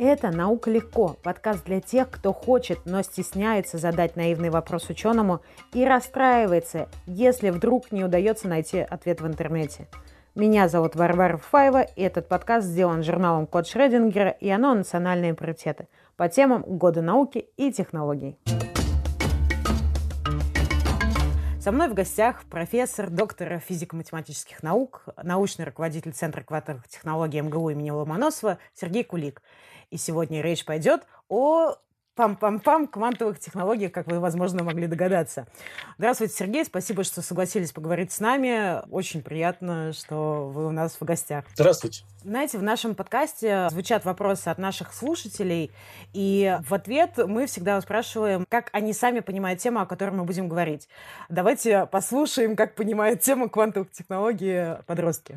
Это «Наука легко» – подкаст для тех, кто хочет, но стесняется задать наивный вопрос ученому и расстраивается, если вдруг не удается найти ответ в интернете. Меня зовут Варвара Фаева, и этот подкаст сделан журналом «Код Шрёдингера» и оно «Национальные приоритеты» по темам года науки и технологий. Со мной в гостях профессор, доктор физико-математических наук, научный руководитель Центра квантовых технологий МГУ имени Ломоносова Сергей Кулик. И сегодня речь пойдет о квантовых технологиях, как вы, возможно, могли догадаться. Здравствуйте, Сергей, спасибо, что согласились поговорить с нами. Очень приятно, что вы у нас в гостях. Здравствуйте. Знаете, в нашем подкасте звучат вопросы от наших слушателей, и в ответ мы всегда спрашиваем, как они сами понимают тему, о которой мы будем говорить. Давайте послушаем, как понимают тему квантовых технологий подростки.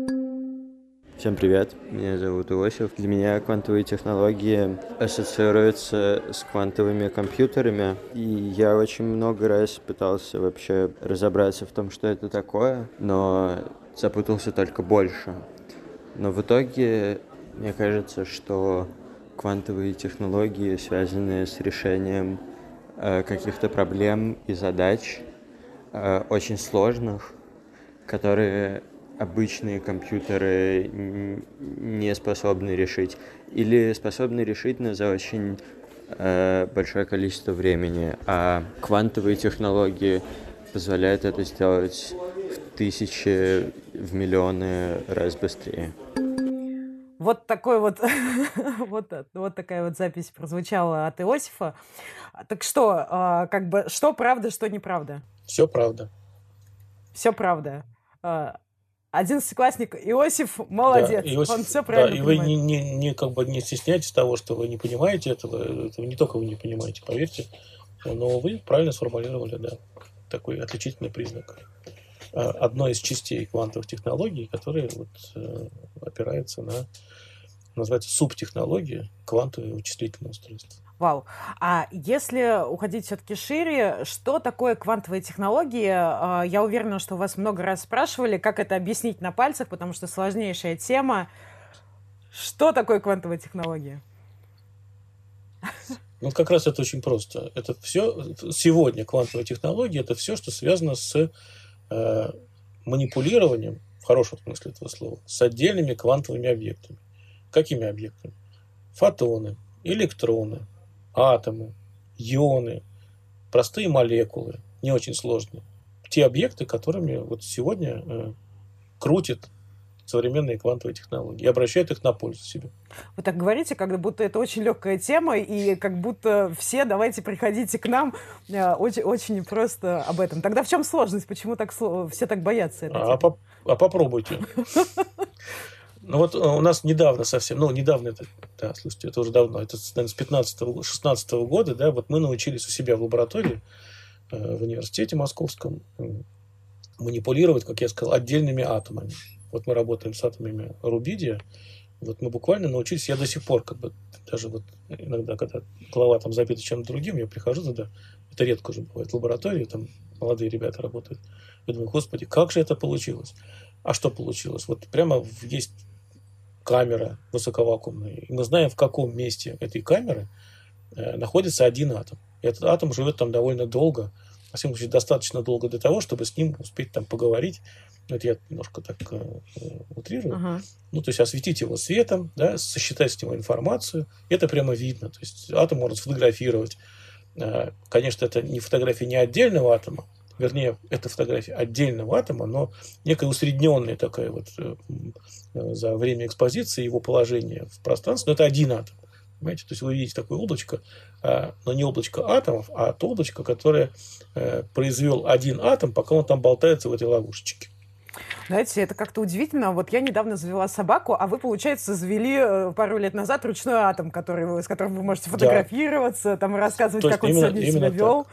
Всем привет, меня зовут Иосиф. Для меня квантовые технологии ассоциируются с квантовыми компьютерами, и я очень много раз пытался вообще разобраться в том, что это такое, но запутался только больше. Но в итоге мне кажется, что квантовые технологии связаны с решением каких-то проблем и задач очень сложных, которые обычные компьютеры не способны решить или способны решить, но за очень большое количество времени. А квантовые технологии позволяют это сделать в тысячи, в миллионы раз быстрее. Вот такой вот, вот такая вот запись прозвучала от Иосифа. Так что, что правда, что неправда? Все правда. Все правда. 11-классник Иосиф молодец, да, Иосиф, он все правильно понимает. И вы не стесняйтесь того, что вы не понимаете этого не только вы не понимаете, поверьте, но вы правильно сформулировали, да, такой отличительный признак. Одной из частей квантовых технологий, которые опираются на, называется, субтехнологии квантовые вычислительные устройства. Вау. А если уходить все-таки шире, что такое квантовые технологии? Я уверена, что вас много раз спрашивали, как это объяснить на пальцах, потому что сложнейшая тема. Что такое квантовые технологии? Ну, как раз это очень просто. Это все, сегодня квантовые технологии, это все, что связано с манипулированием, в хорошем смысле этого слова, с отдельными квантовыми объектами. Какими объектами? Фотоны, электроны, атомы, ионы, простые молекулы, не очень сложные. Те объекты, которыми вот сегодня крутят современные квантовые технологии и обращают их на пользу себе. Вы так говорите, как будто это очень легкая тема, и как будто все давайте приходите к нам, очень, очень просто об этом. Тогда в чем сложность? Почему все так боятся этой темы? Попробуйте. Ну вот у нас недавно совсем, слушайте, это уже давно, это, наверное, с 15-16 года, да, вот мы научились у себя в лаборатории в университете московском манипулировать, как я сказал, отдельными атомами. Вот мы работаем с атомами рубидия, вот мы буквально научились, я до сих пор, даже вот иногда, когда голова там забита чем-то другим, я прихожу туда, это редко уже бывает, в лаборатории, там молодые ребята работают, я думаю, господи, как же это получилось? А что получилось? Вот прямо есть камера высоковакуумная, и мы знаем, в каком месте этой камеры находится один атом. И этот атом живет там довольно долго, во всяком случае, достаточно долго для того, чтобы с ним успеть там поговорить. Это я немножко так утрирую. Uh-huh. Ну, то есть осветить его светом, да, сосчитать с него информацию. Это прямо видно. То есть атом можно сфотографировать. Конечно, это не фотография не отдельного атома, вернее, это фотография отдельного атома, но некая усредненная такая вот за время экспозиции его положения в пространстве. Но это один атом. Понимаете? То есть вы видите такое облачко, но не облачко атомов, а то облачко, которое произвел один атом, пока он там болтается в этой ловушечке. Знаете, это как-то удивительно. Вот я недавно завела собаку, а вы, получается, завели пару лет назад ручной атом, с которым вы можете фотографироваться, да, там рассказывать, как он сегодня себя вел.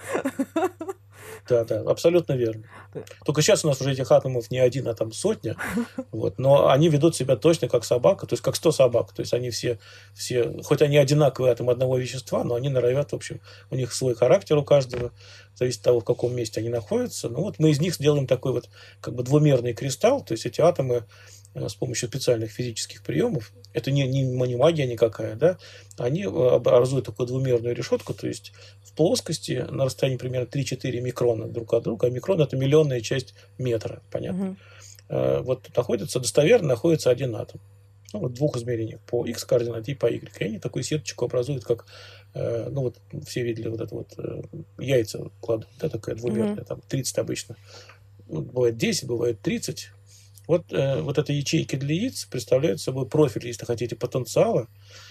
Да, абсолютно верно. Только сейчас у нас уже этих атомов не один, а там сотня. Вот, но они ведут себя точно как собака, то есть как 100 собак. То есть они все, хоть они одинаковые атомы одного вещества, но они норовят, в общем, у них свой характер у каждого, зависит от того, в каком месте они находятся. Ну вот мы из них сделаем такой вот как бы двумерный кристалл, то есть эти атомы с помощью специальных физических приемов, это не магия никакая, да, они образуют такую двумерную решетку, то есть в плоскости на расстоянии примерно 3-4 микрона друг от друга, а микрон – это миллионная часть метра, понятно? Вот достоверно находится один атом. Ну, вот в двух измерениях, по x координате и по y. И они такую сеточку образуют, как, все видели вот это вот яйца кладут, да, такая двумерная, там 30 обычно. Ну, бывает 10, бывает 30. Вот эти ячейки для яиц представляют собой профиль, если хотите, потенциала,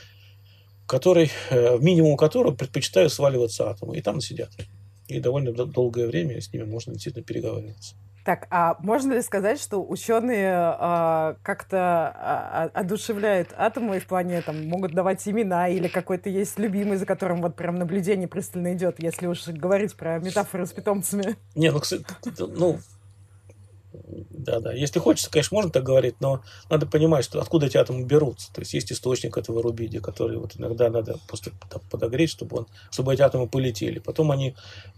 минимум которого предпочитают сваливаться атомы. И там сидят. И довольно долгое время с ними можно действительно переговариваться. Так, а можно ли сказать, что ученые как-то одушевляют атомы в плане, там, могут давать имена или какой-то есть любимый, за которым вот прям наблюдение пристально идет, если уж говорить про метафоры с питомцами? Не, кстати, да. Если хочется, конечно, можно так говорить, но надо понимать, что откуда эти атомы берутся. То есть источник этого рубидия, который вот иногда надо просто подогреть, чтобы эти атомы полетели. Потом они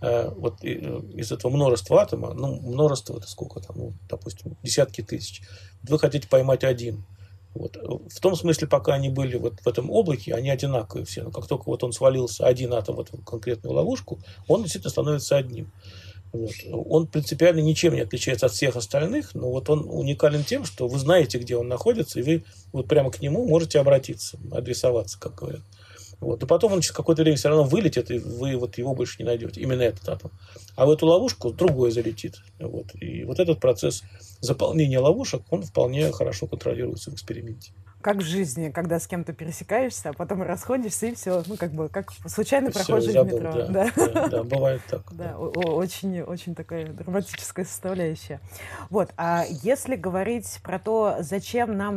из этого множества атома, множество, это сколько там, допустим, десятки тысяч, вы хотите поймать один. Вот. В том смысле, пока они были вот в этом облаке, они одинаковые все. Но как только вот он свалился, один атом в эту конкретную ловушку, он действительно становится одним. Вот. Он принципиально ничем не отличается от всех остальных, но вот он уникален тем, что вы знаете, где он находится, и вы вот прямо к нему можете обратиться, адресоваться, как говорят. Вот. И потом он через какое-то время все равно вылетит, и вы вот его больше не найдете, именно этот атом. А в эту ловушку другой залетит. Вот. И вот этот процесс заполнения ловушек, он вполне хорошо контролируется в эксперименте. Как в жизни, когда с кем-то пересекаешься, а потом расходишься, и все, как случайно Всё, прохожий в метро. Да, бывает так. Да, очень, очень такая драматическая составляющая. Вот, а если говорить про то, зачем вам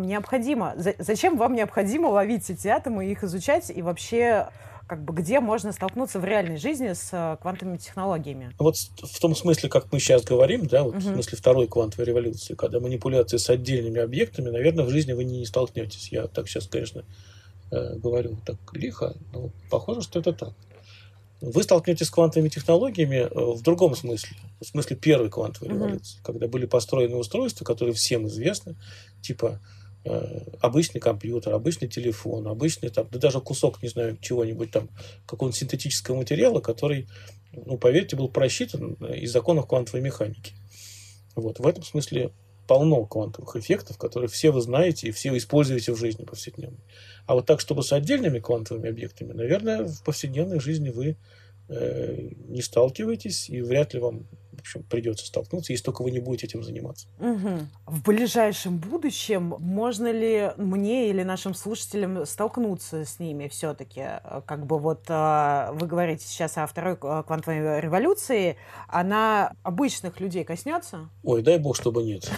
необходимо ловить эти атомы, их изучать, и вообще, где можно столкнуться в реальной жизни с квантовыми технологиями? Вот в том смысле, как мы сейчас говорим, да, в смысле второй квантовой революции, когда манипуляции с отдельными объектами, наверное, в жизни вы не столкнетесь. Я так сейчас, конечно, говорю так лихо, но похоже, что это так. Вы столкнетесь с квантовыми технологиями в другом смысле, в смысле первой квантовой революции, когда были построены устройства, которые всем известны, типа обычный компьютер, обычный телефон, обычный даже кусок, не знаю, чего-нибудь там, какого-нибудь синтетического материала, который, поверьте, был просчитан из законов квантовой механики. Вот. В этом смысле полно квантовых эффектов, которые все вы знаете и все используете в жизни повседневной. А вот так, чтобы с отдельными квантовыми объектами, наверное, в повседневной жизни вы не сталкиваетесь, и вряд ли вам, в общем, придется столкнуться, если только вы не будете этим заниматься. В ближайшем будущем можно ли мне или нашим слушателям столкнуться с ними все-таки? Вы говорите сейчас о второй квантовой революции, она обычных людей коснется? Ой, дай бог, чтобы нет.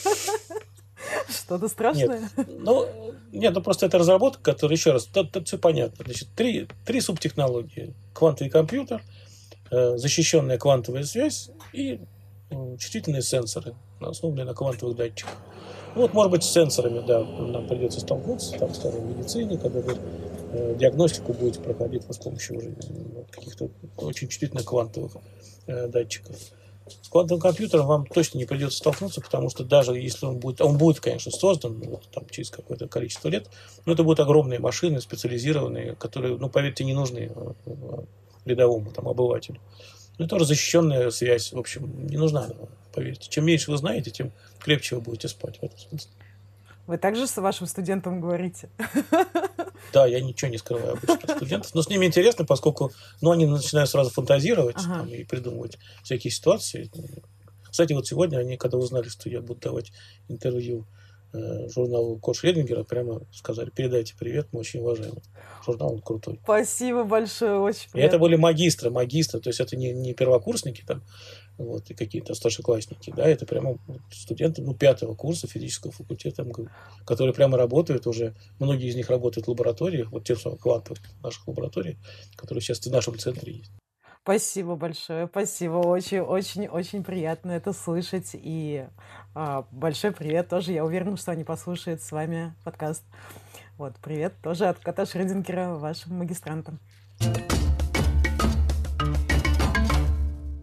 Что-то страшное? Нет, просто это разработка, которая, еще раз, тут все понятно. Значит, три субтехнологии. Квантовый компьютер, защищенная квантовая связь и чувствительные сенсоры, основанные на квантовых датчиках. Вот, может быть, с сенсорами, да, нам придется столкнуться, там, скажем, в медицине, когда вы диагностику будете проходить с помощью уже каких-то очень чувствительных квантовых датчиков. С квантовым компьютером вам точно не придется столкнуться, потому что даже если он будет, конечно, создан через какое-то количество лет, но это будут огромные машины, специализированные, которые, поверьте, не нужны рядовому обывателю. Это тоже защищенная связь, в общем, не нужна, поверьте. Чем меньше вы знаете, тем крепче вы будете спать в этом смысле. Вы также с вашим студентом говорите? Да, я ничего не скрываю обычно от студентов, но с ними интересно, поскольку они начинают сразу фантазировать и придумывать всякие ситуации. Кстати, вот сегодня они, когда узнали, что я буду давать интервью журналу Код Шредингера, прямо сказали: передайте привет, мы очень уважаем. Журнал он крутой. Спасибо большое, очень приятно. И это были магистры, то есть это не первокурсники там, и какие-то старшеклассники, да, это прямо студенты, 5-го курса физического факультета МГУ, которые прямо работают уже, многие из них работают в лабораториях, вот те самые квантовых наших лабораторий, которые сейчас в нашем центре есть. Спасибо большое, спасибо, очень-очень-очень приятно это слышать, и большой привет тоже, я уверена, что они послушают с вами подкаст. Вот, привет тоже от кота Шредингера, вашим магистрантам.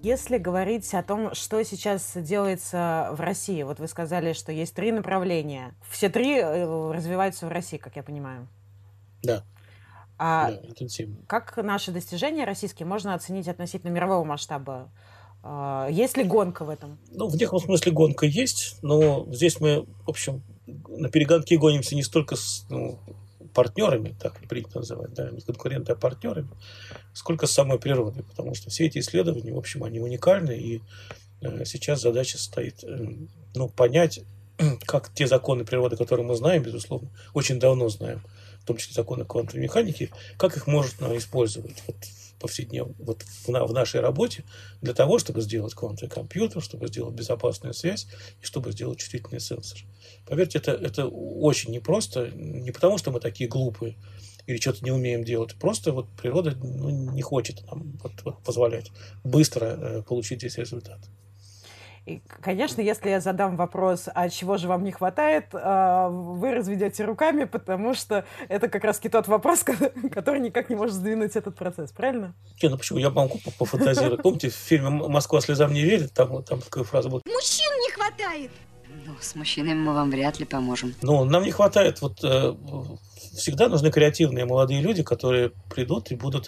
Если говорить о том, что сейчас делается в России, вот вы сказали, что есть 3 направления. Все 3 развиваются в России, как я понимаю. Да, А да, интенсивно. как наши достижения российские можно оценить относительно мирового масштаба? Есть ли гонка в этом? Ну, в неком смысле гонка есть, но здесь мы, в общем, на перегонки гонимся не столько с партнерами, так принято называть, да, не конкуренты, а партнерами, сколько с самой природой, потому что все эти исследования, в общем, они уникальны, и сейчас задача стоит понять, как те законы природы, которые мы знаем, безусловно, очень давно знаем, в том числе законы квантовой механики, как их можно использовать вот повседневно, вот в нашей работе для того, чтобы сделать квантовый компьютер, чтобы сделать безопасную связь и чтобы сделать чувствительный сенсор. Поверьте, это очень непросто, не потому что мы такие глупые или что-то не умеем делать, просто вот природа не хочет нам вот позволять быстро получить здесь результат. И, конечно, если я задам вопрос, а чего же вам не хватает, вы разведете руками, потому что это как раз-таки тот вопрос, который никак не может сдвинуть этот процесс, правильно? Ну почему? Я могу пофантазировать. Помните, в фильме «Москва слезам не верит», там такая фраза была. Мужчин не хватает! Ну, с мужчинами мы вам вряд ли поможем. Ну, нам не хватает, всегда нужны креативные молодые люди, которые придут и будут,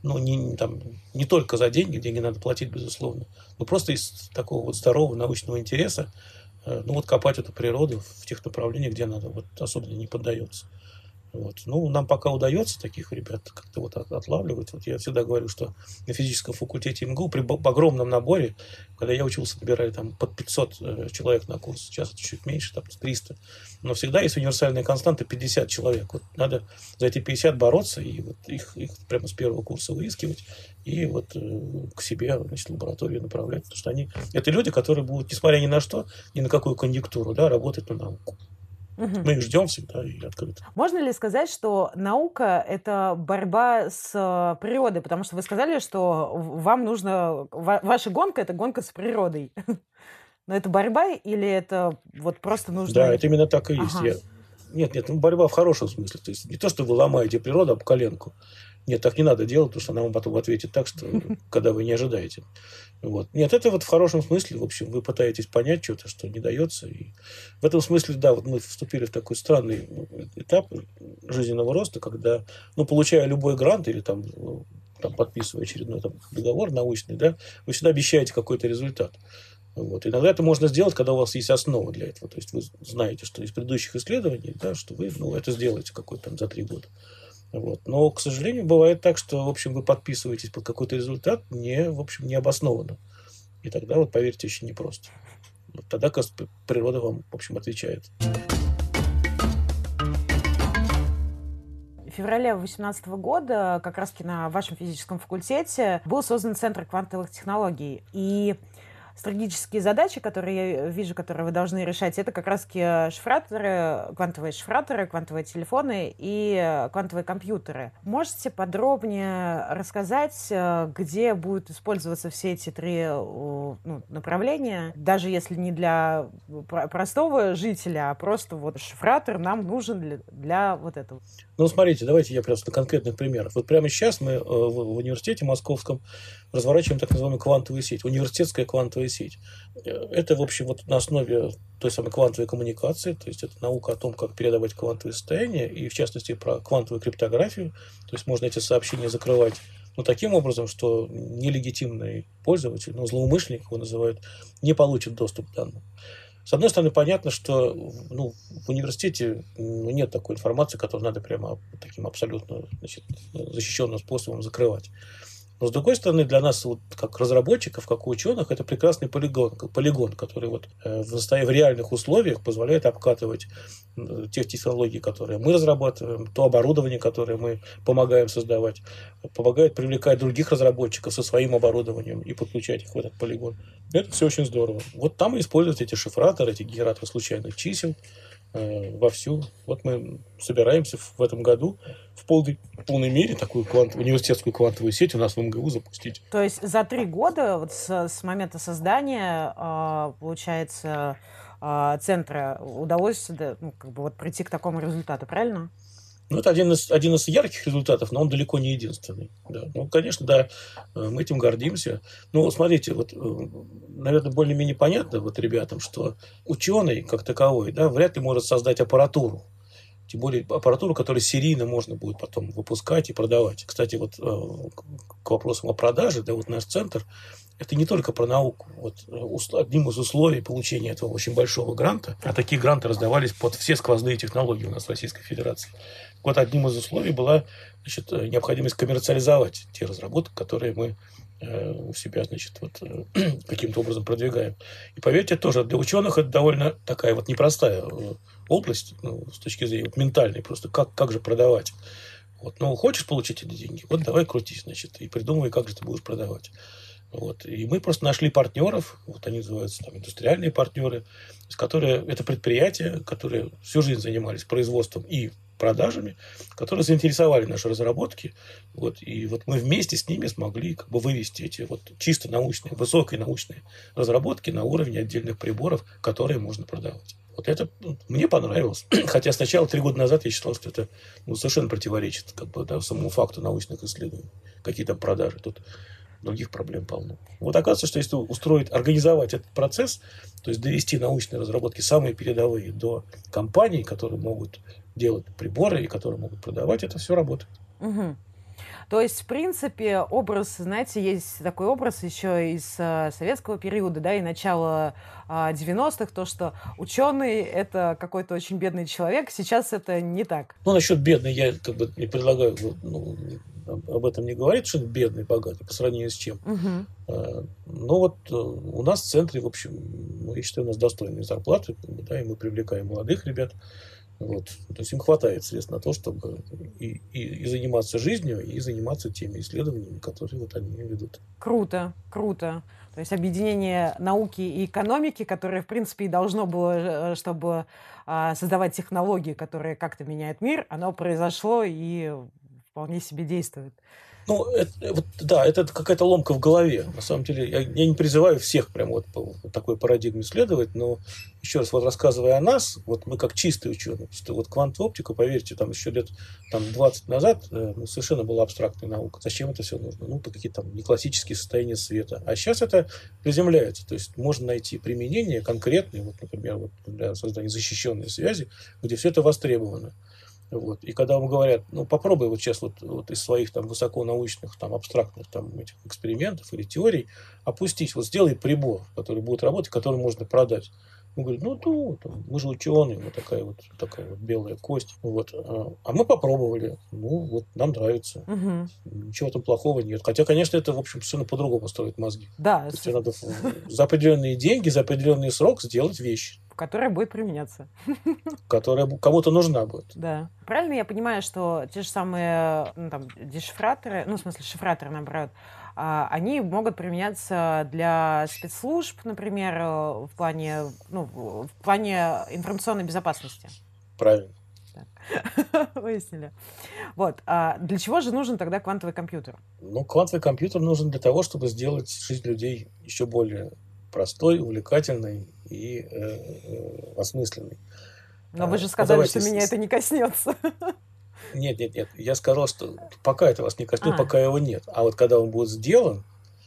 не только за деньги надо платить, безусловно, но просто из такого вот здорового научного интереса, копать эту природу в тех направлениях, где она особенно не поддается. Нам пока удается таких ребят как-то отлавливать. Я всегда говорю, что на физическом факультете МГУ при огромном наборе, когда я учился, набирали там под 500 человек на курс, сейчас это чуть меньше, там 300. Но всегда есть универсальная константа 50 человек. Надо за эти 50 бороться и их прямо с первого курса выискивать и к себе, в лабораторию направлять. Потому что это люди, которые будут, несмотря ни на что, ни на какую конъюнктуру, работать на науку. Мы их ждем всегда и открыто. Можно ли сказать, что наука – это борьба с природой? Потому что вы сказали, что вам нужно… Ваша гонка – это гонка с природой. Но это борьба или это просто нужно… Да, это именно так и есть. Ага. Нет, борьба в хорошем смысле. То есть не то, что вы ломаете природу об коленку. Нет, так не надо делать, потому что она вам потом ответит так, что когда вы не ожидаете. Нет, это в хорошем смысле, в общем, вы пытаетесь понять что-то, что не дается. И в этом смысле, да, мы вступили в такой странный этап жизненного роста, когда, получая любой грант или там подписывая очередной договор научный, да, вы всегда обещаете какой-то результат. Иногда это можно сделать, когда у вас есть основа для этого. То есть вы знаете, что из предыдущих исследований, да, что вы это сделаете какой-то за 3 года. Но, к сожалению, бывает так, что, в общем, вы подписываетесь под какой-то результат необоснованно. И тогда, поверьте, очень непросто. Тогда, кажется, природа вам, в общем, отвечает. В феврале 2018 года как раз-таки на вашем физическом факультете был создан Центр квантовых технологий. И стратегические задачи, которые я вижу, которые вы должны решать, это как раз-таки шифраторы, квантовые телефоны и квантовые компьютеры. Можете подробнее рассказать, где будут использоваться все эти 3 направления, даже если не для простого жителя, а просто шифратор нам нужен для этого? Смотрите, давайте я просто на конкретных примерах. Прямо сейчас мы в университете московском разворачиваем так называемую квантовую сеть, университетская квантовая сеть. Это, в общем, на основе той самой квантовой коммуникации, то есть это наука о том, как передавать квантовые состояния, и в частности про квантовую криптографию, то есть можно эти сообщения закрывать таким образом, что нелегитимный пользователь, злоумышленник его называют, не получит доступ к данным. С одной стороны, понятно, что в университете нет такой информации, которую надо прямо таким абсолютно защищенным способом закрывать. Но, с другой стороны, для нас, как разработчиков, как ученых, это прекрасный полигон, который в реальных условиях позволяет обкатывать те технологии, которые мы разрабатываем, то оборудование, которое мы помогаем создавать, помогает привлекать других разработчиков со своим оборудованием и подключать их в этот полигон. Это все очень здорово. Там и используются эти шифраторы, эти генераторы случайных чисел вовсю. Мы собираемся в этом году в полной мере такую университетскую квантовую сеть у нас в МГУ запустить. То есть за 3 года с момента создания, получается, центра удалось прийти к такому результату, правильно? Ну, это один из ярких результатов, но он далеко не единственный. Да. Ну, конечно, да, мы этим гордимся. Ну, смотрите, вот, наверное, более-менее понятно вот ребятам, что ученый, как таковой, да, вряд ли может создать аппаратуру. Тем более аппаратуру, которую серийно можно будет потом выпускать и продавать. Кстати, вот к вопросам о продаже, да, вот наш центр, это не только про науку. Вот одним из условий получения этого очень большого гранта, а такие гранты раздавались под все сквозные технологии у нас в Российской Федерации. Вот одним из условий была, значит, необходимость коммерциализовать те разработки, которые мы у себя, значит, вот, каким-то образом продвигаем. И поверьте, тоже для ученых это довольно такая вот непростая область, ну, с точки зрения вот, ментальной, просто как же продавать. Вот, ну, хочешь получить эти деньги? Вот давай крутись, значит, и придумывай, как же ты будешь продавать. Вот. И мы просто нашли партнеров, вот они называются там индустриальные партнеры, это предприятия, которые всю жизнь занимались производством и продажами, которые заинтересовали наши разработки. Вот. И вот мы вместе с ними смогли как бы вывести эти вот чисто научные, высокие научные разработки на уровень отдельных приборов, которые можно продавать. Вот это мне понравилось. Хотя сначала, 3 года назад, я считал, что это совершенно противоречит как бы, да, самому факту научных исследований. Какие там продажи. Тут других проблем полно. Вот оказывается, что если организовать этот процесс, то есть довести научные разработки, самые передовые, до компаний, которые могут делать приборы и которые могут продавать, это все работает. Угу. То есть, в принципе, образ, знаете, есть такой образ еще из советского периода, да, и начала 90-х, то, что ученый – это какой-то очень бедный человек. Сейчас это не так. Ну, насчет бедный я как бы не предлагаю об этом не говорить, что он бедный, богатый, по сравнению с чем. Угу. Но вот у нас в центре, в общем, я считаю, у нас достойные зарплаты, да, и мы привлекаем молодых ребят. Вот. То есть им хватает средств на то, чтобы и заниматься жизнью, и заниматься теми исследованиями, которые вот они ведут. Круто, круто. То есть объединение науки и экономики, которое, в принципе, и должно было, чтобы создавать технологии, которые как-то меняют мир, оно произошло и вполне себе действует. Ну, это какая-то ломка в голове. На самом деле, я не призываю всех прям вот по такой парадигме следовать, но еще раз, вот рассказывая о нас, вот мы как чистые ученые, что вот квантовая оптика, поверьте, там еще лет 20 назад совершенно была абстрактная наука. Зачем это все нужно? Ну, какие-то там неклассические состояния света. А сейчас это приземляется. То есть можно найти применения конкретные, вот, например, вот для создания защищенной связи, где все это востребовано. Вот. И когда вам говорят, попробуй вот сейчас вот из своих там высоконаучных, там абстрактных там этих экспериментов или теорий опустить, вот сделай прибор, который будет работать, который можно продать. Он говорит, мы же ученые, мы такая вот белая кость. Вот. А мы попробовали, нам нравится. Угу. Ничего там плохого нет. Хотя, конечно, это, в общем, совершенно по-другому строит мозги. Да. То есть надо за определенные деньги, за определенный срок сделать вещь, которая будет применяться. Которая кому-то нужна будет. Да. Правильно я понимаю, что те же самые дешифраторы, в смысле шифраторы, наоборот, они могут применяться для спецслужб, например, в плане информационной безопасности? Правильно. Выяснили. Вот. А для чего же нужен тогда квантовый компьютер? Квантовый компьютер нужен для того, чтобы сделать жизнь людей еще более простой, увлекательной и осмысленной. Но вы же сказали, что меня это не коснется. Нет. Я сказал, что пока это вас не коснется, пока его нет. А вот когда он будет сделан,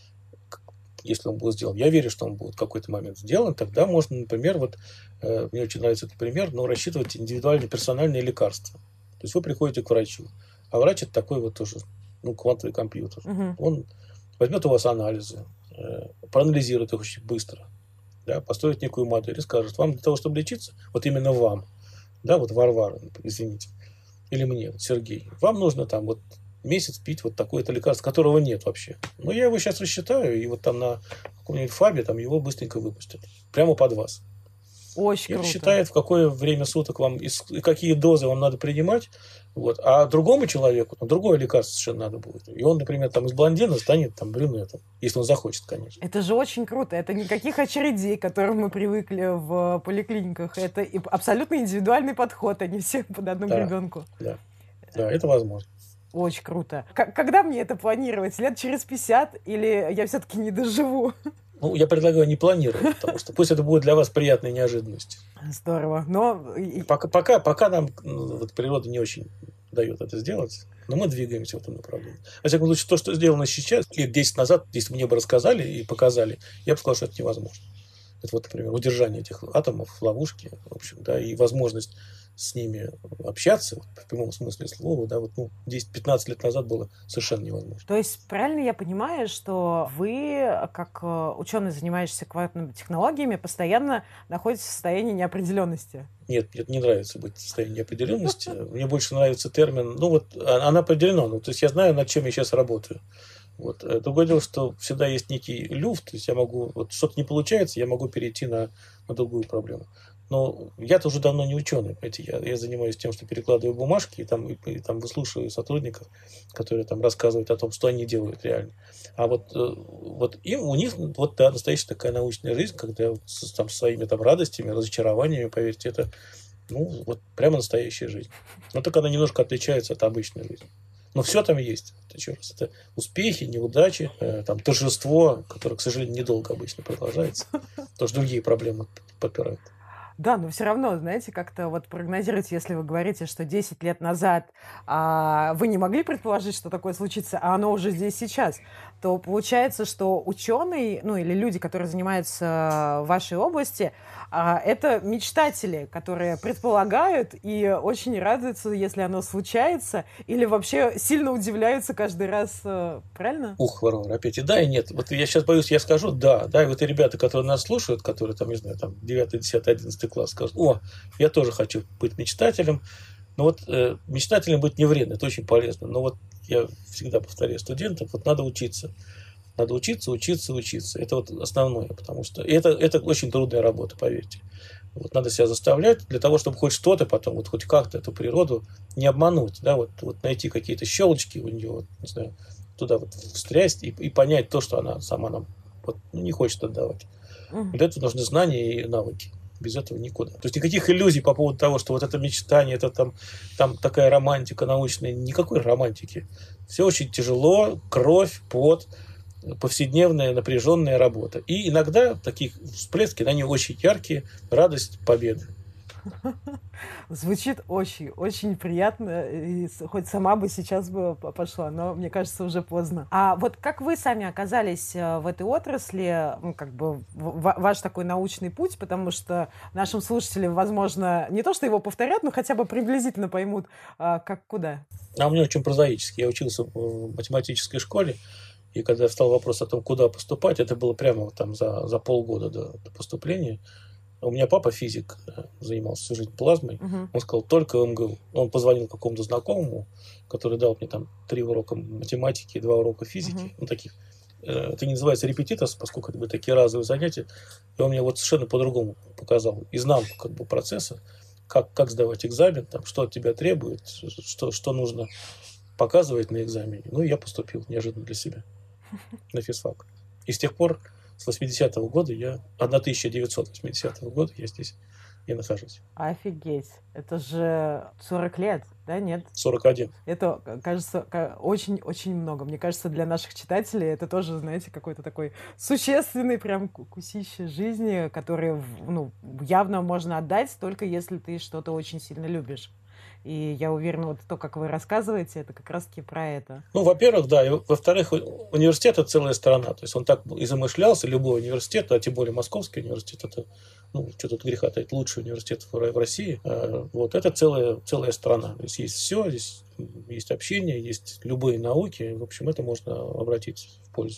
если он будет сделан, я верю, что он будет в какой-то момент сделан, тогда можно, например, мне очень нравится этот пример, рассчитывать индивидуальные персональные лекарства. То есть вы приходите к врачу, а врач это такой вот тоже, квантовый компьютер. Угу. Он возьмет у вас анализы, проанализирует их очень быстро, да, построит некую модель и скажет, вам для того, чтобы лечиться, вот именно вам, да, вот Варвара, извините, или мне, Сергей, вам нужно там месяц пить такое-то лекарство, которого нет вообще. Я его сейчас рассчитаю, и там на каком-нибудь фабе его быстренько выпустят. Прямо под вас. Очень круто. Рассчитает, в какое время суток вам и какие дозы вам надо принимать. Вот. А другому человеку другое лекарство совершенно надо будет. И он, например, из блондина станет брюнетом. Если он захочет, конечно. Это же очень круто. Это никаких очередей, к которым мы привыкли в поликлиниках. Это абсолютно индивидуальный подход. Они все под одну гребенку. Да, это возможно. Очень круто. Когда мне это планировать? Лет через 50? Или я все-таки не доживу? Я предлагаю не планировать, потому что пусть это будет для вас приятной неожиданностью. Здорово. Но пока нам природа не очень дает это сделать, но мы двигаемся в этом направлении. Во всяком случае, то, что сделано сейчас, лет 10 назад, если бы мне бы рассказали и показали, я бы сказал, что это невозможно. Это вот, например, удержание этих атомов в ловушке, в общем, да, и возможность с ними общаться, в прямом смысле слова, да, вот, 10-15 лет назад было совершенно невозможно. То есть правильно я понимаю, что вы, как ученый, занимающийся квантовыми технологиями, постоянно находитесь в состоянии неопределенности? Нет, мне не нравится быть в состоянии неопределенности. Мне больше нравится термин, она определена, то есть я знаю, над чем я сейчас работаю. Вот. Другое дело, что всегда есть некий люфт, то есть я могу, что-то не получается, я могу перейти на другую проблему. Но я-то уже давно не ученый, понимаете, я занимаюсь тем, что перекладываю бумажки и там выслушиваю сотрудников, которые там рассказывают о том, что они делают реально. А у них настоящая такая научная жизнь, когда со своими там радостями, разочарованиями, поверьте, это прямо настоящая жизнь. Но только она немножко отличается от обычной жизни. Но все там есть. Еще раз, это успехи, неудачи, торжество, которое, к сожалению, недолго обычно продолжается, потому что другие проблемы подпирают. Да, но все равно, знаете, как-то прогнозировать, если вы говорите, что 10 лет назад вы не могли предположить, что такое случится, а оно уже здесь сейчас, то получается, что ученый, или люди, которые занимаются в вашей области, это мечтатели, которые предполагают и очень радуются, если оно случается, или вообще сильно удивляются каждый раз, правильно? Варвара, опять и да, и нет. Вот я сейчас боюсь, я скажу да, и вот и ребята, которые нас слушают, которые там, не знаю, 9, 10, 11 класс, скажут, я тоже хочу быть мечтателем. Но мечтателем быть не вредно, это очень полезно. Но я всегда повторяю студентам, надо учиться. Надо учиться. Это основное, потому что это очень трудная работа, поверьте. Надо себя заставлять для того, чтобы хоть что-то потом, хоть как-то эту природу не обмануть, да, найти какие-то щелочки у нее, не знаю, туда встрясть и понять то, что она сама нам не хочет отдавать. Для этого нужны знания и навыки. Без этого никуда. То есть никаких иллюзий по поводу того, что это мечтание, это там такая романтика научная. Никакой романтики. Все очень тяжело, кровь, пот, повседневная напряженная работа. И иногда такие всплески, они очень яркие, радость победы. Звучит очень, очень приятно, и хоть сама бы сейчас бы пошла, но мне кажется, уже поздно. А как вы сами оказались в этой отрасли, ваш такой научный путь, потому что нашим слушателям, возможно, не то, что его повторят, но хотя бы приблизительно поймут, как куда. А у меня очень прозаически. Я учился в математической школе, и когда встал вопрос о том, куда поступать, это было прямо за полгода до поступления. У меня папа физик, занимался всю жизнь плазмой. Он сказал, только в МГУ. Он позвонил какому-то знакомому, который дал мне 3 урока математики и 2 урока физики. Таких. Это не называется репетиторство, поскольку это были такие разовые занятия. И он мне совершенно по-другому показал изнанку процесса, как сдавать экзамен, что от тебя требует, что нужно показывать на экзамене. И я поступил неожиданно для себя на физфак. И с тех пор, с 80-го года, 1980 года я здесь нахожусь. Офигеть. Это же 40 лет, да, нет? 41. Это, кажется, очень-очень много. Мне кажется, для наших читателей это тоже, знаете, какой-то такой существенный прям кусище жизни, который, явно можно отдать, только если ты что-то очень сильно любишь. И я уверена, то, как вы рассказываете, это как раз-таки про это. Во-первых, да. И во-вторых, университет – это целая страна. То есть он так и замышлялся, любой университет, а тем более Московский университет – это, что тут греха таить, лучший университет в России. Это целая страна. Здесь есть все, здесь есть общение, есть любые науки. В общем, это можно обратить в пользу.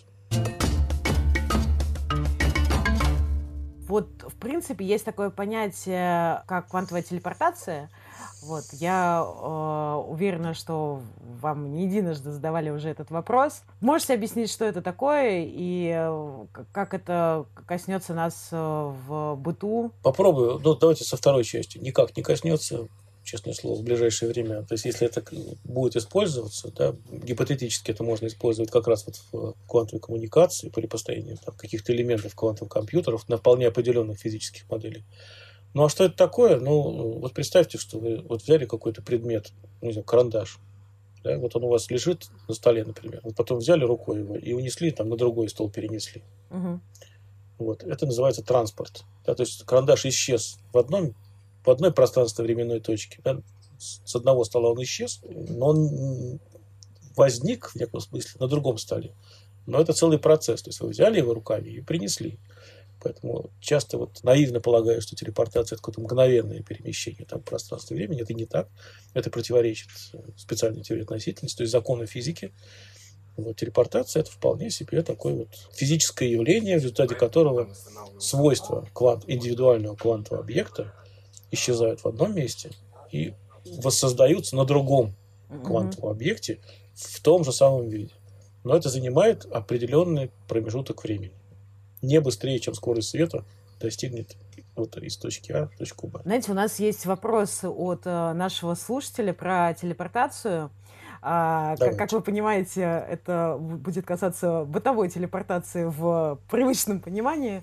В принципе, есть такое понятие, как квантовая телепортация. Я уверена, что вам не единожды задавали уже этот вопрос. Можете объяснить, что это такое и как это коснется нас в быту? Попробую. Давайте со второй части. Никак не коснется, честное слово, в ближайшее время. То есть, если это будет использоваться, да, гипотетически это можно использовать как раз в квантовой коммуникации при построении каких-то элементов квантовых компьютеров на вполне определенных физических моделях. А что это такое? Представьте, что вы взяли какой-то предмет, не знаю, карандаш, да, он у вас лежит на столе, например, потом взяли рукой его и унесли, на другой стол перенесли. Это называется транспорт. Да, то есть карандаш исчез в одной пространственно-временной точке, да, с одного стола он исчез, но он возник в некотором смысле на другом столе. Но это целый процесс. То есть вы взяли его руками и принесли. Поэтому часто вот наивно полагаю, что телепортация – это какое-то мгновенное перемещение там, в пространстве и времени. Это не так. Это противоречит специальной теории относительности, то есть закону физики. Вот, телепортация – это вполне себе такое вот физическое явление, в результате которого свойства индивидуального квантового объекта исчезают в одном месте и воссоздаются на другом квантовом объекте в том же самом виде. Но это занимает определенный промежуток времени. Не быстрее, чем скорость света достигнет вот из точки А в точку Б. Знаете, у нас есть вопрос от нашего слушателя про телепортацию. Как вы понимаете, это будет касаться бытовой телепортации в привычном понимании.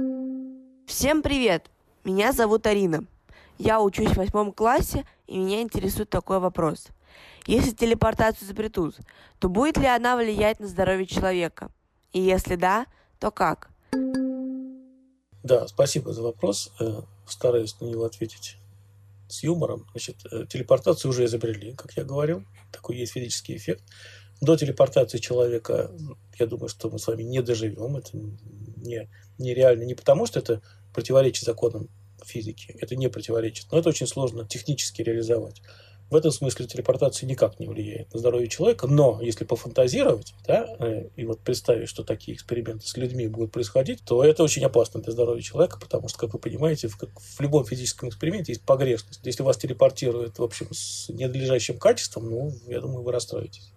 Всем привет! Меня зовут Арина. Я учусь в 8 классе, и меня интересует такой вопрос. Если телепортацию изобретут, то будет ли она влиять на здоровье человека? И если да, то как? Да, спасибо за вопрос. Стараюсь на него ответить с юмором. Значит, телепортацию уже изобрели, как я говорил. Такой есть физический эффект. До телепортации человека, я думаю, что мы с вами не доживем. Это нереально. Не потому, что это противоречит законам физики. Это не противоречит. Но это очень сложно технически реализовать. В этом смысле телепортация никак не влияет на здоровье человека, но если пофантазировать, да, и вот представить, что такие эксперименты с людьми будут происходить, то это очень опасно для здоровья человека, потому что, как вы понимаете, в любом физическом эксперименте есть погрешность. Если вас телепортируют, в общем, с ненадлежащим качеством, ну, я думаю, вы расстроитесь.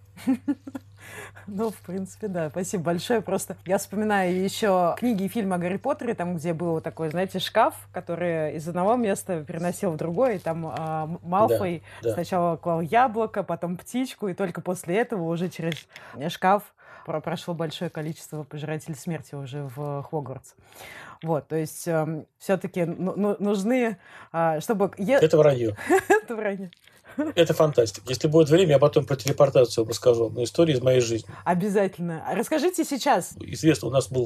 Ну, в принципе, да. Спасибо большое. Просто я вспоминаю еще книги и фильмы о Гарри Поттере, там, где был такой, знаете, шкаф, который из одного места переносил в другое, и там Малфой сначала клал яблоко, потом птичку, и только после этого уже через шкаф прошло большое количество пожирателей смерти уже в Хогвартс. Вот, то есть все-таки нужны, чтобы... Это вранье. Это вранье. Это фантастика. Если будет время, я потом про телепортацию расскажу. Но история из моей жизни. Обязательно. Расскажите сейчас. Известно, у нас был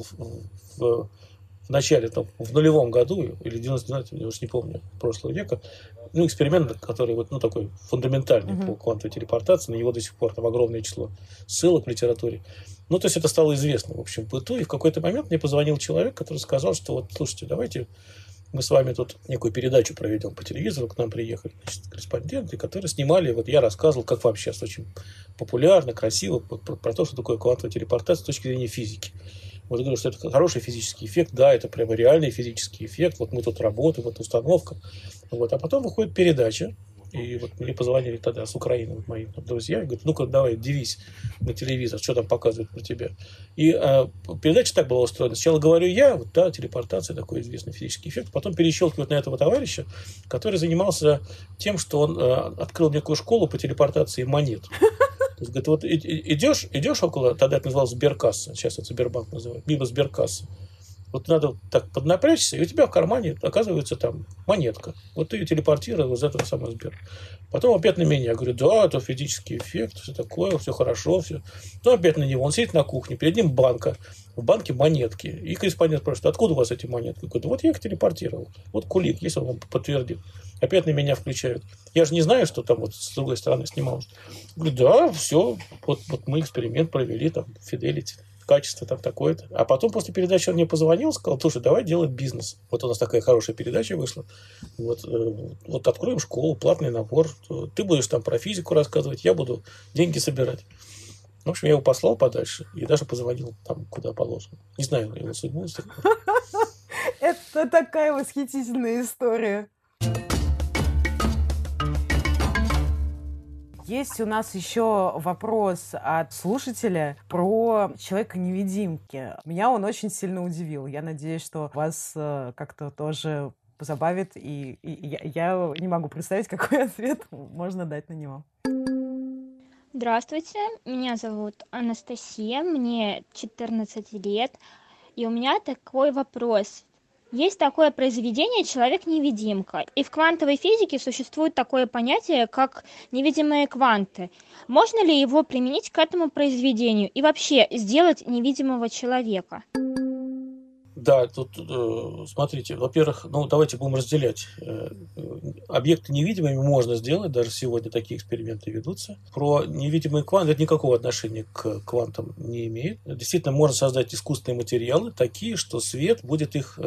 в начале, в нулевом году, или 99, я уже не помню, прошлого века, эксперимент, который такой фундаментальный по квантовой телепортации, на него до сих пор там огромное число ссылок в литературе. То есть это стало известно, в общем, в быту. И в какой-то момент мне позвонил человек, который сказал, что вот, слушайте, давайте мы с вами тут некую передачу проведем по телевизору, к нам приехали, значит, корреспонденты, которые снимали, вот я рассказывал, как вам сейчас очень популярно, красиво, про то, что такое квантовая телепортация с точки зрения физики. Вот я говорю, что это хороший физический эффект, да, это прямо реальный физический эффект, вот мы тут работаем, вот установка. Вот. А потом выходит передача, и вот мне позвонили тогда с Украины вот мои друзья, и говорят, ну-ка давай, дивись на телевизор, что там показывают про тебя. И передача так была устроена. Сначала говорю я, вот да, телепортация, такой известный физический эффект, потом перещелкивают на этого товарища, который занимался тем, что он открыл некую школу по телепортации монет. То есть, говорит, вот идешь около, тогда это называлось Сберкасса, сейчас это Сбербанк называют, мимо Сберкассы. Вот надо так поднапрячься, и у тебя в кармане оказывается там монетка. Вот ты ее телепортировал из этого самого Сбера. Потом опять на меня. Я говорю, да, это физический эффект, все такое, все хорошо, все. Ну, опять на него. Он сидит на кухне, перед ним банка. В банке монетки. И корреспондент спрашивает, откуда у вас эти монетки? Я говорю, вот я их телепортировал. Вот кулик, если он вам подтвердит. Опять на меня включают. Я же не знаю, что там вот с другой стороны снималось. Я говорю, да, все. Вот мы эксперимент провели, там, Fidelity. Качество там такое-то. А потом после передачи он мне позвонил, сказал, слушай, давай делать бизнес. Вот у нас такая хорошая передача вышла. Вот откроем школу, платный набор. Ты будешь там про физику рассказывать, я буду деньги собирать. В общем, я его послал подальше и даже позвонил там, куда положено. Не знаю его судьбу. Это такая восхитительная история. Есть у нас еще вопрос от слушателя про Человека-невидимки. Меня он очень сильно удивил. Я надеюсь, что вас как-то тоже позабавит, и я не могу представить, какой ответ можно дать на него. Здравствуйте, меня зовут Анастасия, мне 14 лет, и у меня такой вопрос. Есть такое произведение «Человек-невидимка», и в квантовой физике существует такое понятие, как невидимые кванты. Можно ли его применить к этому произведению и вообще сделать невидимого человека? Да, тут, смотрите, во-первых, давайте будем разделять. Объекты невидимыми можно сделать, даже сегодня такие эксперименты ведутся. Про невидимые кванты это никакого отношения к квантам не имеет. Действительно, можно создать искусственные материалы, такие, что свет будет их,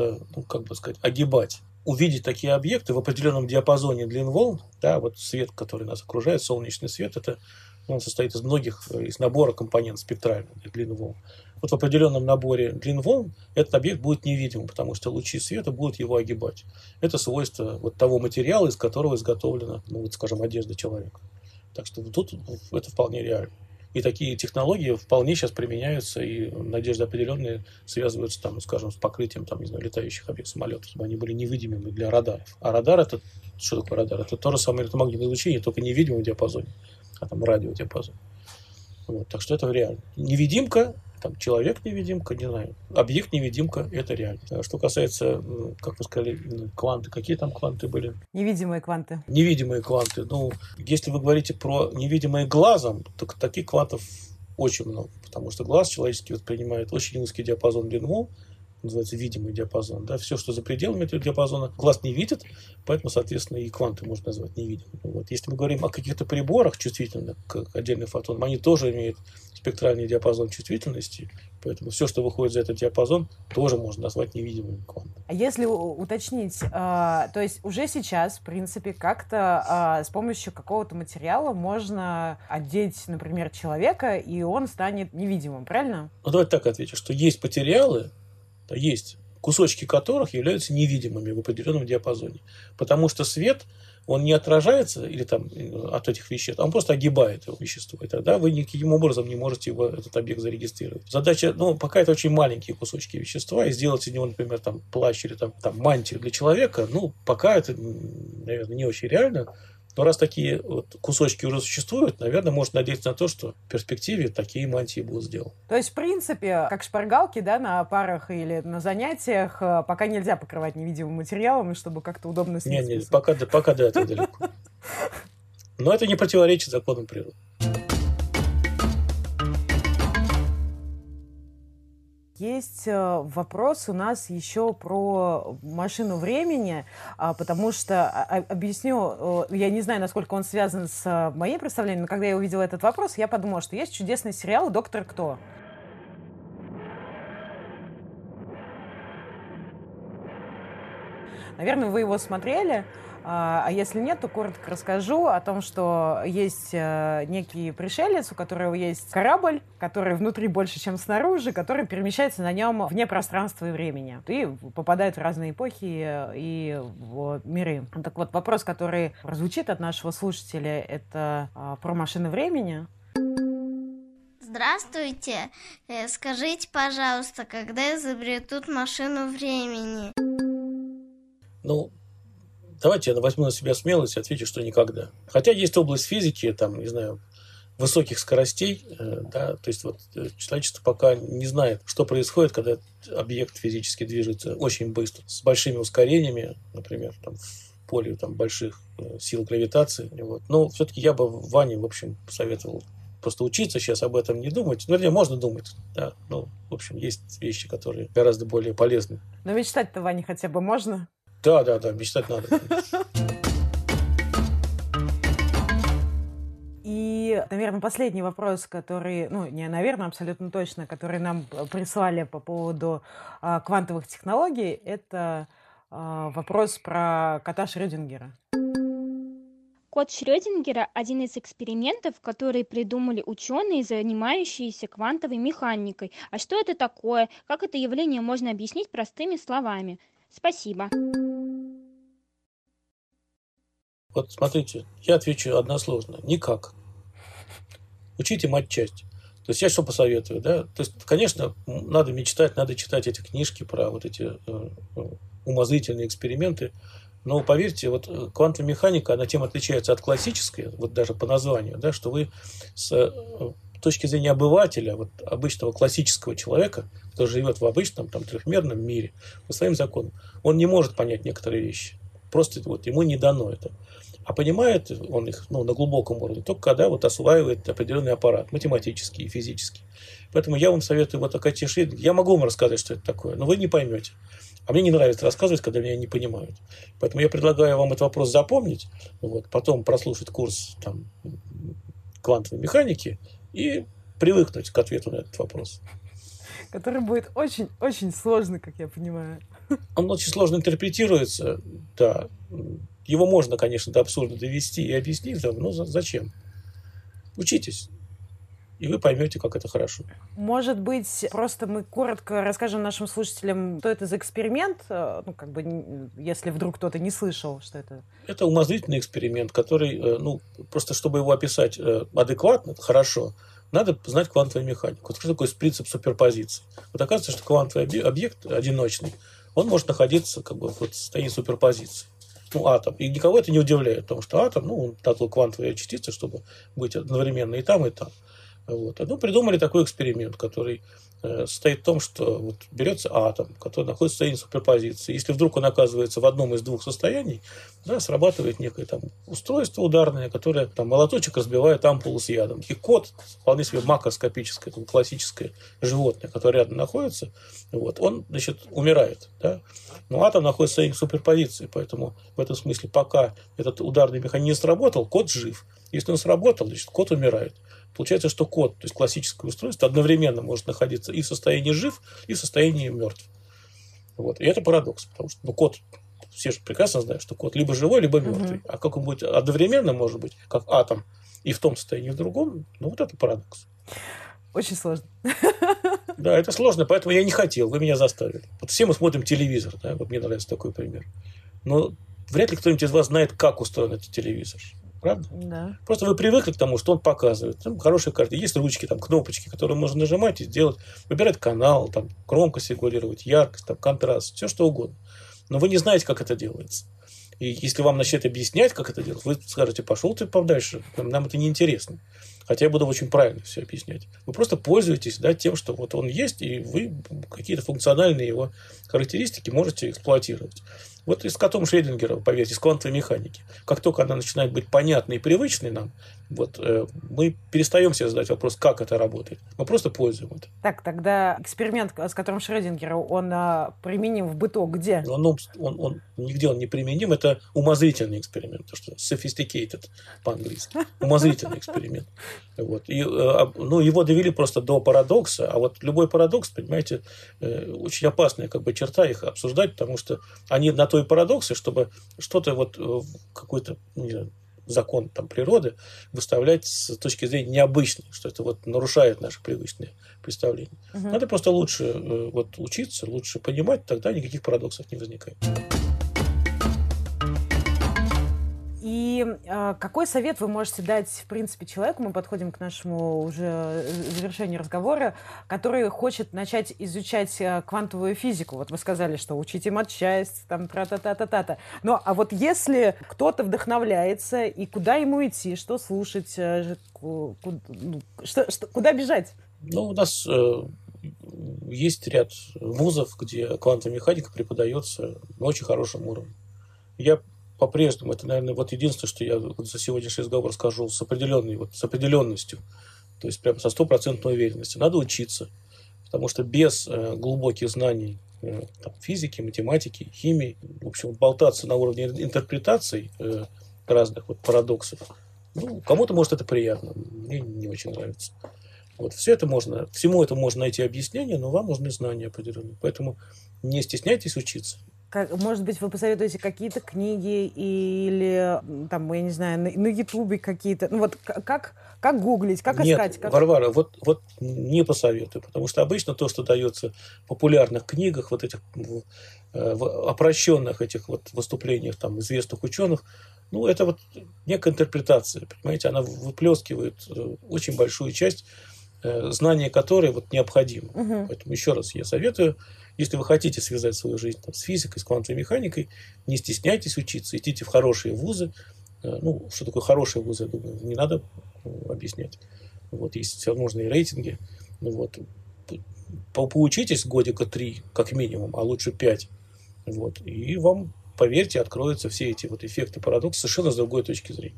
огибать. Увидеть такие объекты в определенном диапазоне длин волн, да, вот свет, который нас окружает, солнечный свет, он состоит из набора компонентов спектральных для длин волн. Вот в определенном наборе длин волн этот объект будет невидимым, потому что лучи света будут его огибать. Это свойство вот того материала, из которого изготовлена, одежда человека. Так что тут это вполне реально. И такие технологии вполне сейчас применяются, и надежды определенные связываются с покрытием летающих объектов, самолетов, чтобы они были невидимыми для радаров. А радар это что такое радар? Это то же самое электромагнитное излучение, только не в видимом диапазоне, а радиодиапазоне. Вот, так что это реально. Невидимка, человек-невидимка, не знаю. Объект-невидимка – это реально. Что касается, как вы сказали, кванты, какие там кванты были? Невидимые кванты. Невидимые кванты. Если вы говорите про невидимые глазом, то таких квантов очень много. Потому что глаз человеческий воспринимает очень узкий диапазон длин волн, называется видимый диапазон. Да? Все, что за пределами этого диапазона, глаз не видит, поэтому, соответственно, и кванты можно назвать невидимыми. Вот. Если мы говорим о каких-то приборах чувствительных к отдельным фотонам, они тоже имеют спектральный диапазон чувствительности, поэтому все, что выходит за этот диапазон, тоже можно назвать невидимым квантом. А если уточнить, то есть уже сейчас, в принципе, как-то с помощью какого-то материала можно одеть, например, человека, и он станет невидимым, правильно? Давайте так отвечу, что есть материалы, есть кусочки которых являются невидимыми в определенном диапазоне. Потому что свет, он не отражается от этих веществ, он просто огибает это вещество. И тогда вы никаким образом не можете этот объект зарегистрировать. Задача, пока это очень маленькие кусочки вещества, и сделать из него, например, плащ или мантию для человека, пока это, наверное, не очень реально. Но раз такие кусочки уже существуют, наверное, можно надеяться на то, что в перспективе такие мантии будут сделаны. То есть, в принципе, как шпаргалки, да, на парах или на занятиях, пока нельзя покрывать невидимым материалом, чтобы как-то удобно снять. Нет, пока до этого далеко. Но это не противоречит законам природы. Есть вопрос у нас еще про машину времени, потому что, объясню, я не знаю, насколько он связан с моим представлением, но когда я увидела этот вопрос, я подумала, что есть чудесный сериал «Доктор Кто». Наверное, вы его смотрели. А если нет, то коротко расскажу о том, что есть некий пришелец, у которого есть корабль, который внутри больше, чем снаружи, который перемещается на нем вне пространства и времени. И попадает в разные эпохи и в миры. Так вот, вопрос, который прозвучит от нашего слушателя, это про машины времени. Здравствуйте. Скажите, пожалуйста, когда изобретут машину времени? Давайте я возьму на себя смелость и отвечу, что никогда. Хотя есть область физики, высоких скоростей, да, то есть человечество пока не знает, что происходит, когда объект физически движется очень быстро, с большими ускорениями, например, в поле больших сил гравитации. Вот. Но все-таки я бы Ване, в общем, советовал просто учиться сейчас об этом не думать. Вернее, можно думать, да. В общем, есть вещи, которые гораздо более полезны. Но мечтать-то, Ване, хотя бы можно? Да, мечтать надо. И, наверное, последний вопрос, который, не наверное, абсолютно точно, который нам прислали по поводу квантовых технологий, это вопрос про кота Шрёдингера. Кот Шрёдингера – один из экспериментов, которые придумали ученые, занимающиеся квантовой механикой. А что это такое? Как это явление можно объяснить простыми словами? Спасибо. Вот смотрите, я отвечу односложно. Никак. Учите матчасть. То есть я что посоветую, да? То есть, конечно, надо мечтать, надо читать эти книжки про эти умозрительные эксперименты. Но поверьте, квантовая механика, она тем отличается от классической, даже по названию, да, что вы с точки зрения обывателя, обычного классического человека, который живет в обычном трехмерном мире, по своим законам, он не может понять некоторые вещи. Просто ему не дано это. А понимает он их на глубоком уровне только когда осваивает определенный аппарат, математический и физический. Поэтому я вам советую о Кате Шрёдингер. Я могу вам рассказать, что это такое, но вы не поймете. А мне не нравится рассказывать, когда меня не понимают. Поэтому я предлагаю вам этот вопрос запомнить, потом прослушать курс квантовой механики и привыкнуть к ответу на этот вопрос. Который будет очень-очень сложный, как я понимаю. Он очень сложно интерпретируется, да. Его можно, конечно, до абсурда довести и объяснить, но зачем? Учитесь, и вы поймете, как это хорошо. Может быть, просто мы коротко расскажем нашим слушателям, что это за эксперимент, если вдруг кто-то не слышал, что это... Это умозрительный эксперимент, который, просто чтобы его описать адекватно, хорошо, надо знать квантовую механику. Что такое принцип суперпозиции? Оказывается, что квантовый объект одиночный, он может находиться в состоянии суперпозиции. Атом. И никого это не удивляет, потому что атом, он такой квантовая частица, чтобы быть одновременно и там, и там. Придумали такой эксперимент, который состоит в том, что берется атом, который находится в состоянии суперпозиции. Если вдруг он оказывается в одном из двух состояний, срабатывает некое устройство ударное, которое молоточек разбивает ампулу с ядом. И кот, вполне себе макроскопическое, классическое животное, которое рядом находится, он, умирает. Да? Но атом находится в состоянии суперпозиции, поэтому в этом смысле, пока этот ударный механизм сработал, кот жив. Если он сработал, значит, кот умирает. Получается, что кот, то есть классическое устройство, одновременно может находиться и в состоянии жив, и в состоянии мертв. И это парадокс, потому что кот, все же прекрасно знают, что кот либо живой, либо мертвый. А как он будет одновременно, может быть, как атом, и в том состоянии, и в другом, это парадокс. Очень сложно. Да, это сложно, поэтому я не хотел, вы меня заставили. Все мы смотрим телевизор, да, мне нравится такой пример. Но вряд ли кто-нибудь из вас знает, как устроен этот телевизор. Правда? Да. Просто вы привыкли к тому, что он показывает. Хорошие карты. Есть ручки, кнопочки, которые можно нажимать и сделать. Выбирать канал, громкость регулировать, яркость, контраст, все что угодно. Но вы не знаете, как это делается. И если вам начнут объяснять, как это делать, вы скажете, пошел ты подальше, нам это неинтересно. Хотя я буду очень правильно все объяснять. Вы просто пользуетесь тем, что он есть, и вы какие-то функциональные его характеристики можете эксплуатировать. С котом Шрёдингера, поверьте, из квантовой механики. Как только она начинает быть понятной и привычной нам, мы перестаем себе задать вопрос, как это работает. Мы просто пользуем это. Так, тогда эксперимент, с которым Шрёдингера, он применим в быту где? Нигде он не применим. Это умозрительный эксперимент. То, что sophisticated по-английски. Умозрительный эксперимент. И, его довели просто до парадокса. А любой парадокс, понимаете, очень опасная черта их обсуждать, потому что они на то и парадоксы, чтобы что-то какой-то закон природы выставлять с точки зрения необычной, что это нарушает наши привычные представления. Угу. Надо просто лучше учиться, лучше понимать, тогда никаких парадоксов не возникает. И какой совет вы можете дать, в принципе, человеку, мы подходим к нашему уже завершению разговора, который хочет начать изучать квантовую физику? Вы сказали, что учите матчасть, тра-та-та-та-та-та. Если кто-то вдохновляется, и куда ему идти, что слушать, куда бежать? У нас есть ряд вузов, где квантовая механика преподается на очень хорошем уровне. Я по-прежнему, это, наверное, единственное, что я за сегодняшний разговор скажу с определенностью, то есть прямо со 100% уверенностью. Надо учиться, потому что без глубоких знаний физики, математики, химии, в общем, болтаться на уровне интерпретаций разных парадоксов, кому-то, может, это приятно, мне не очень нравится. Всему этому можно найти объяснение, но вам нужны знания определенные. Поэтому не стесняйтесь учиться. Может быть, вы посоветуете какие-то книги или, я не знаю, на Ютубе какие-то... как гуглить, как искать? Нет, Варвара, не посоветую, потому что обычно то, что дается в популярных книгах, этих опрощенных выступлениях известных ученых, это некая интерпретация, понимаете, она выплескивает очень большую часть знания которой необходимо. Угу. Поэтому еще раз я советую, если вы хотите связать свою жизнь с физикой, с квантовой механикой, не стесняйтесь учиться, идите в хорошие вузы. Что такое хорошие вузы, я думаю, не надо объяснять. Есть всевозможные рейтинги. Поучитесь годика 3, как минимум, а лучше 5. И вам поверьте, откроются все эти вот эффекты парадокса совершенно с другой точки зрения.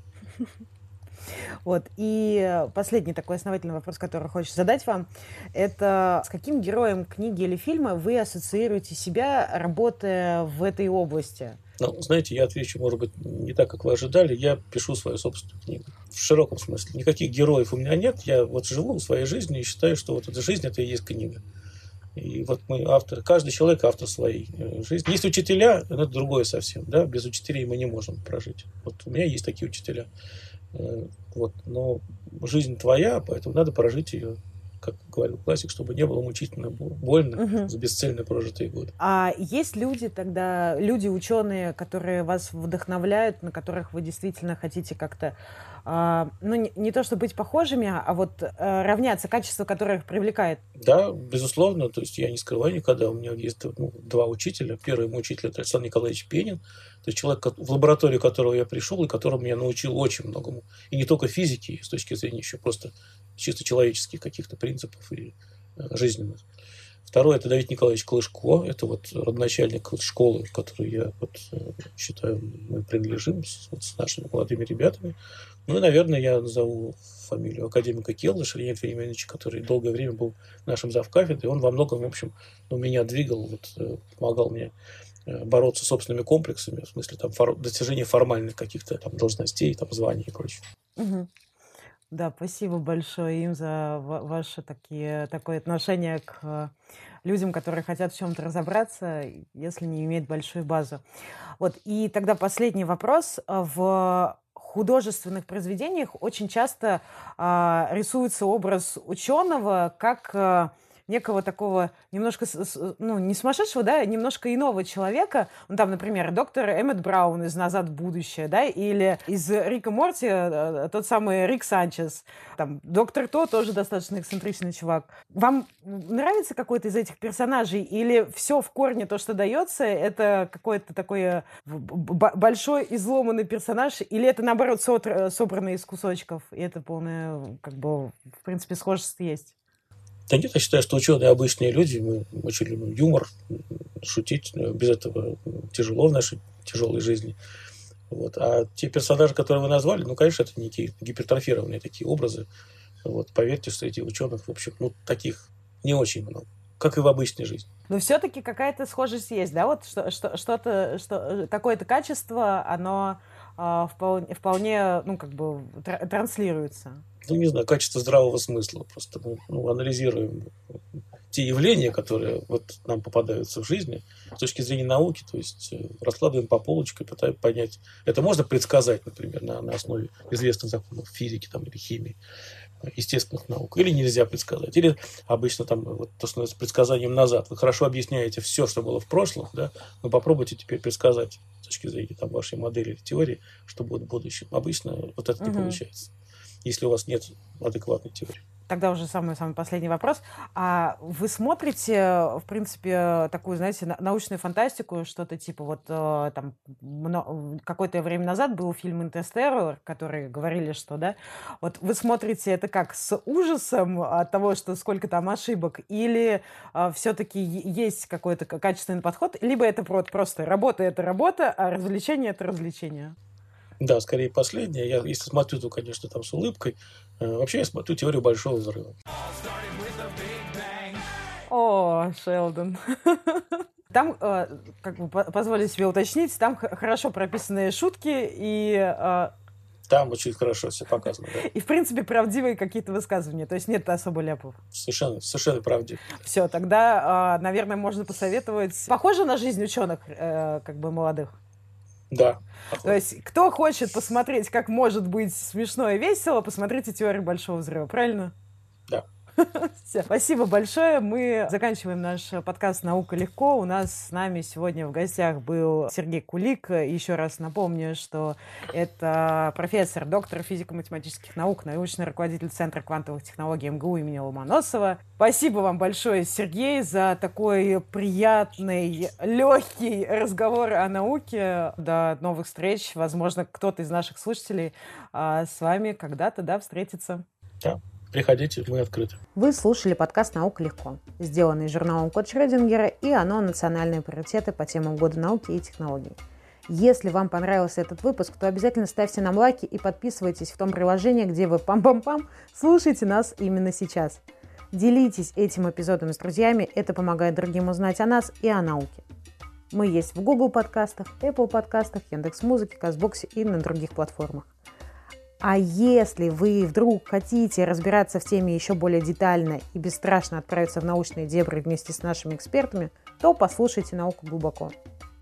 Вот. И последний такой основательный вопрос, который хочется задать вам, это с каким героем книги или фильма вы ассоциируете себя, работая в этой области? Ну, знаете, я отвечу, может быть, не так, как вы ожидали. Я пишу свою собственную книгу. В широком смысле. Никаких героев у меня нет. Я вот живу своей жизнью и считаю, что вот эта жизнь – это и есть книга. И вот мы авторы, каждый человек автор своей жизни. Есть учителя, это другое совсем, да, без учителей мы не можем прожить. Вот у меня есть такие учителя. Вот, но жизнь твоя, поэтому надо прожить ее, как говорил классик, чтобы не было мучительно больно за бесцельно прожитые годы. А есть люди тогда, люди-ученые, которые вас вдохновляют, на которых вы действительно хотите как-то, ну, не то чтобы быть похожими, а вот равняться, качество которых привлекает? Да, безусловно, то есть я не скрываю никогда, у меня есть два учителя. Первый мой учитель – это Александр Николаевич Пенин, то есть человек, в лабораторию которого я пришел и которому меня научил очень многому. И не только физики, с точки зрения еще просто чисто человеческих каких-то принципов и жизненных. Второй – это Давид Николаевич Клышко, это вот родоначальник школы, в которой я вот, считаю, мы принадлежим с нашими молодыми ребятами. Ну и, наверное, я назову фамилию академика Келдыша Леонида Филимоновича, который долгое время был нашим завкафедрой. Он во многом, в общем, меня двигал, вот, помогал мне бороться с собственными комплексами, в смысле там, достижения формальных каких-то там, должностей, там, званий и прочее. Угу. Да, спасибо большое им за ваше такое отношение к людям, которые хотят в чем-то разобраться, если не имеют большую базу. Вот, и тогда последний вопрос. В художественных произведениях очень часто рисуется образ ученого как некого такого немножко, ну, не сумасшедшего, да, немножко иного человека. Ну, там, например, доктор Эммет Браун из «Назад в будущее», да, или из «Рика Морти» тот самый Рик Санчес. Там доктор То тоже достаточно эксцентричный чувак. Вам нравится какой-то из этих персонажей? Или все в корне, то, что дается, это какой-то такой большой изломанный персонаж? Или это, наоборот, собранный из кусочков? И это полное, как бы, в принципе, схожесть есть? Да нет, я считаю, что ученые обычные люди, мы очень любим юмор, шутить, без этого тяжело в нашей тяжелой жизни. Вот. А те персонажи, которые вы назвали, ну, конечно, это некие гипертрофированные такие образы. Вот. Поверьте, что среди ученых, в общем, ну, таких не очень много, как и в обычной жизни. Но все-таки какая-то схожесть есть, да? Вот что какое-то качество, оно вполне, ну, как бы транслируется. Ну, не знаю, качество здравого смысла. Просто мы анализируем те явления, которые вот нам попадаются в жизни с точки зрения науки, то есть раскладываем по полочкам, пытаемся понять. Это можно предсказать, например, на основе известных законов физики там, или химии, естественных наук, или нельзя предсказать. Или обычно там вот то, что с предсказанием назад. Вы хорошо объясняете все, что было в прошлом, да, но попробуйте теперь предсказать с точки зрения там, вашей модели или теории, что будет в будущем. Обычно вот это не получается, если у вас нет адекватной теории. Тогда уже самый последний вопрос. А вы смотрите, в принципе, такую, знаете, научную фантастику, что-то типа вот там какое-то время назад был фильм «Интерстеллар», который говорили, что, да, вот вы смотрите это как с ужасом от того, что сколько там ошибок, или все-таки есть какой-то качественный подход, либо это просто работа – это работа, а развлечение – это развлечение? Да, скорее последнее. Я, если смотрю, то, конечно, там с улыбкой. Вообще я смотрю «Теорию большого взрыва». О, Шелдон. Там, как бы позволю себе уточнить, там хорошо прописанные шутки и... Там очень хорошо все показано, да. И, в принципе, правдивые какие-то высказывания. То есть нет особо ляпов. Совершенно правдиво. Все, тогда, наверное, можно посоветовать... Похоже на жизнь ученых, как бы молодых? Да. То есть, кто хочет посмотреть, как может быть смешно и весело, посмотрите «Теорию большого взрыва», правильно? Да. Все. Спасибо большое. Мы заканчиваем наш подкаст «Наука легко». У нас с нами сегодня в гостях был Сергей Кулик. Еще раз напомню, что это профессор, доктор физико-математических наук, научный руководитель Центра квантовых технологий МГУ имени Ломоносова. Спасибо вам большое, Сергей, за такой приятный, легкий разговор о науке. До новых встреч. Возможно, кто-то из наших слушателей с вами когда-то, встретится. Да. Приходите, мы открыты. Вы слушали подкаст «Наука легко», сделанный журналом «Код Шрёдингера», и оно национальные приоритеты по темам года науки и технологий. Если вам понравился этот выпуск, то обязательно ставьте нам лайки и подписывайтесь в том приложении, где вы пам-пам-пам слушаете нас именно сейчас. Делитесь этим эпизодом с друзьями, это помогает другим узнать о нас и о науке. Мы есть в Google подкастах, Apple подкастах, Яндекс.Музыке, Казбоксе и на других платформах. А если вы вдруг хотите разбираться в теме еще более детально и бесстрашно отправиться в научные дебри вместе с нашими экспертами, то послушайте «Науку глубоко».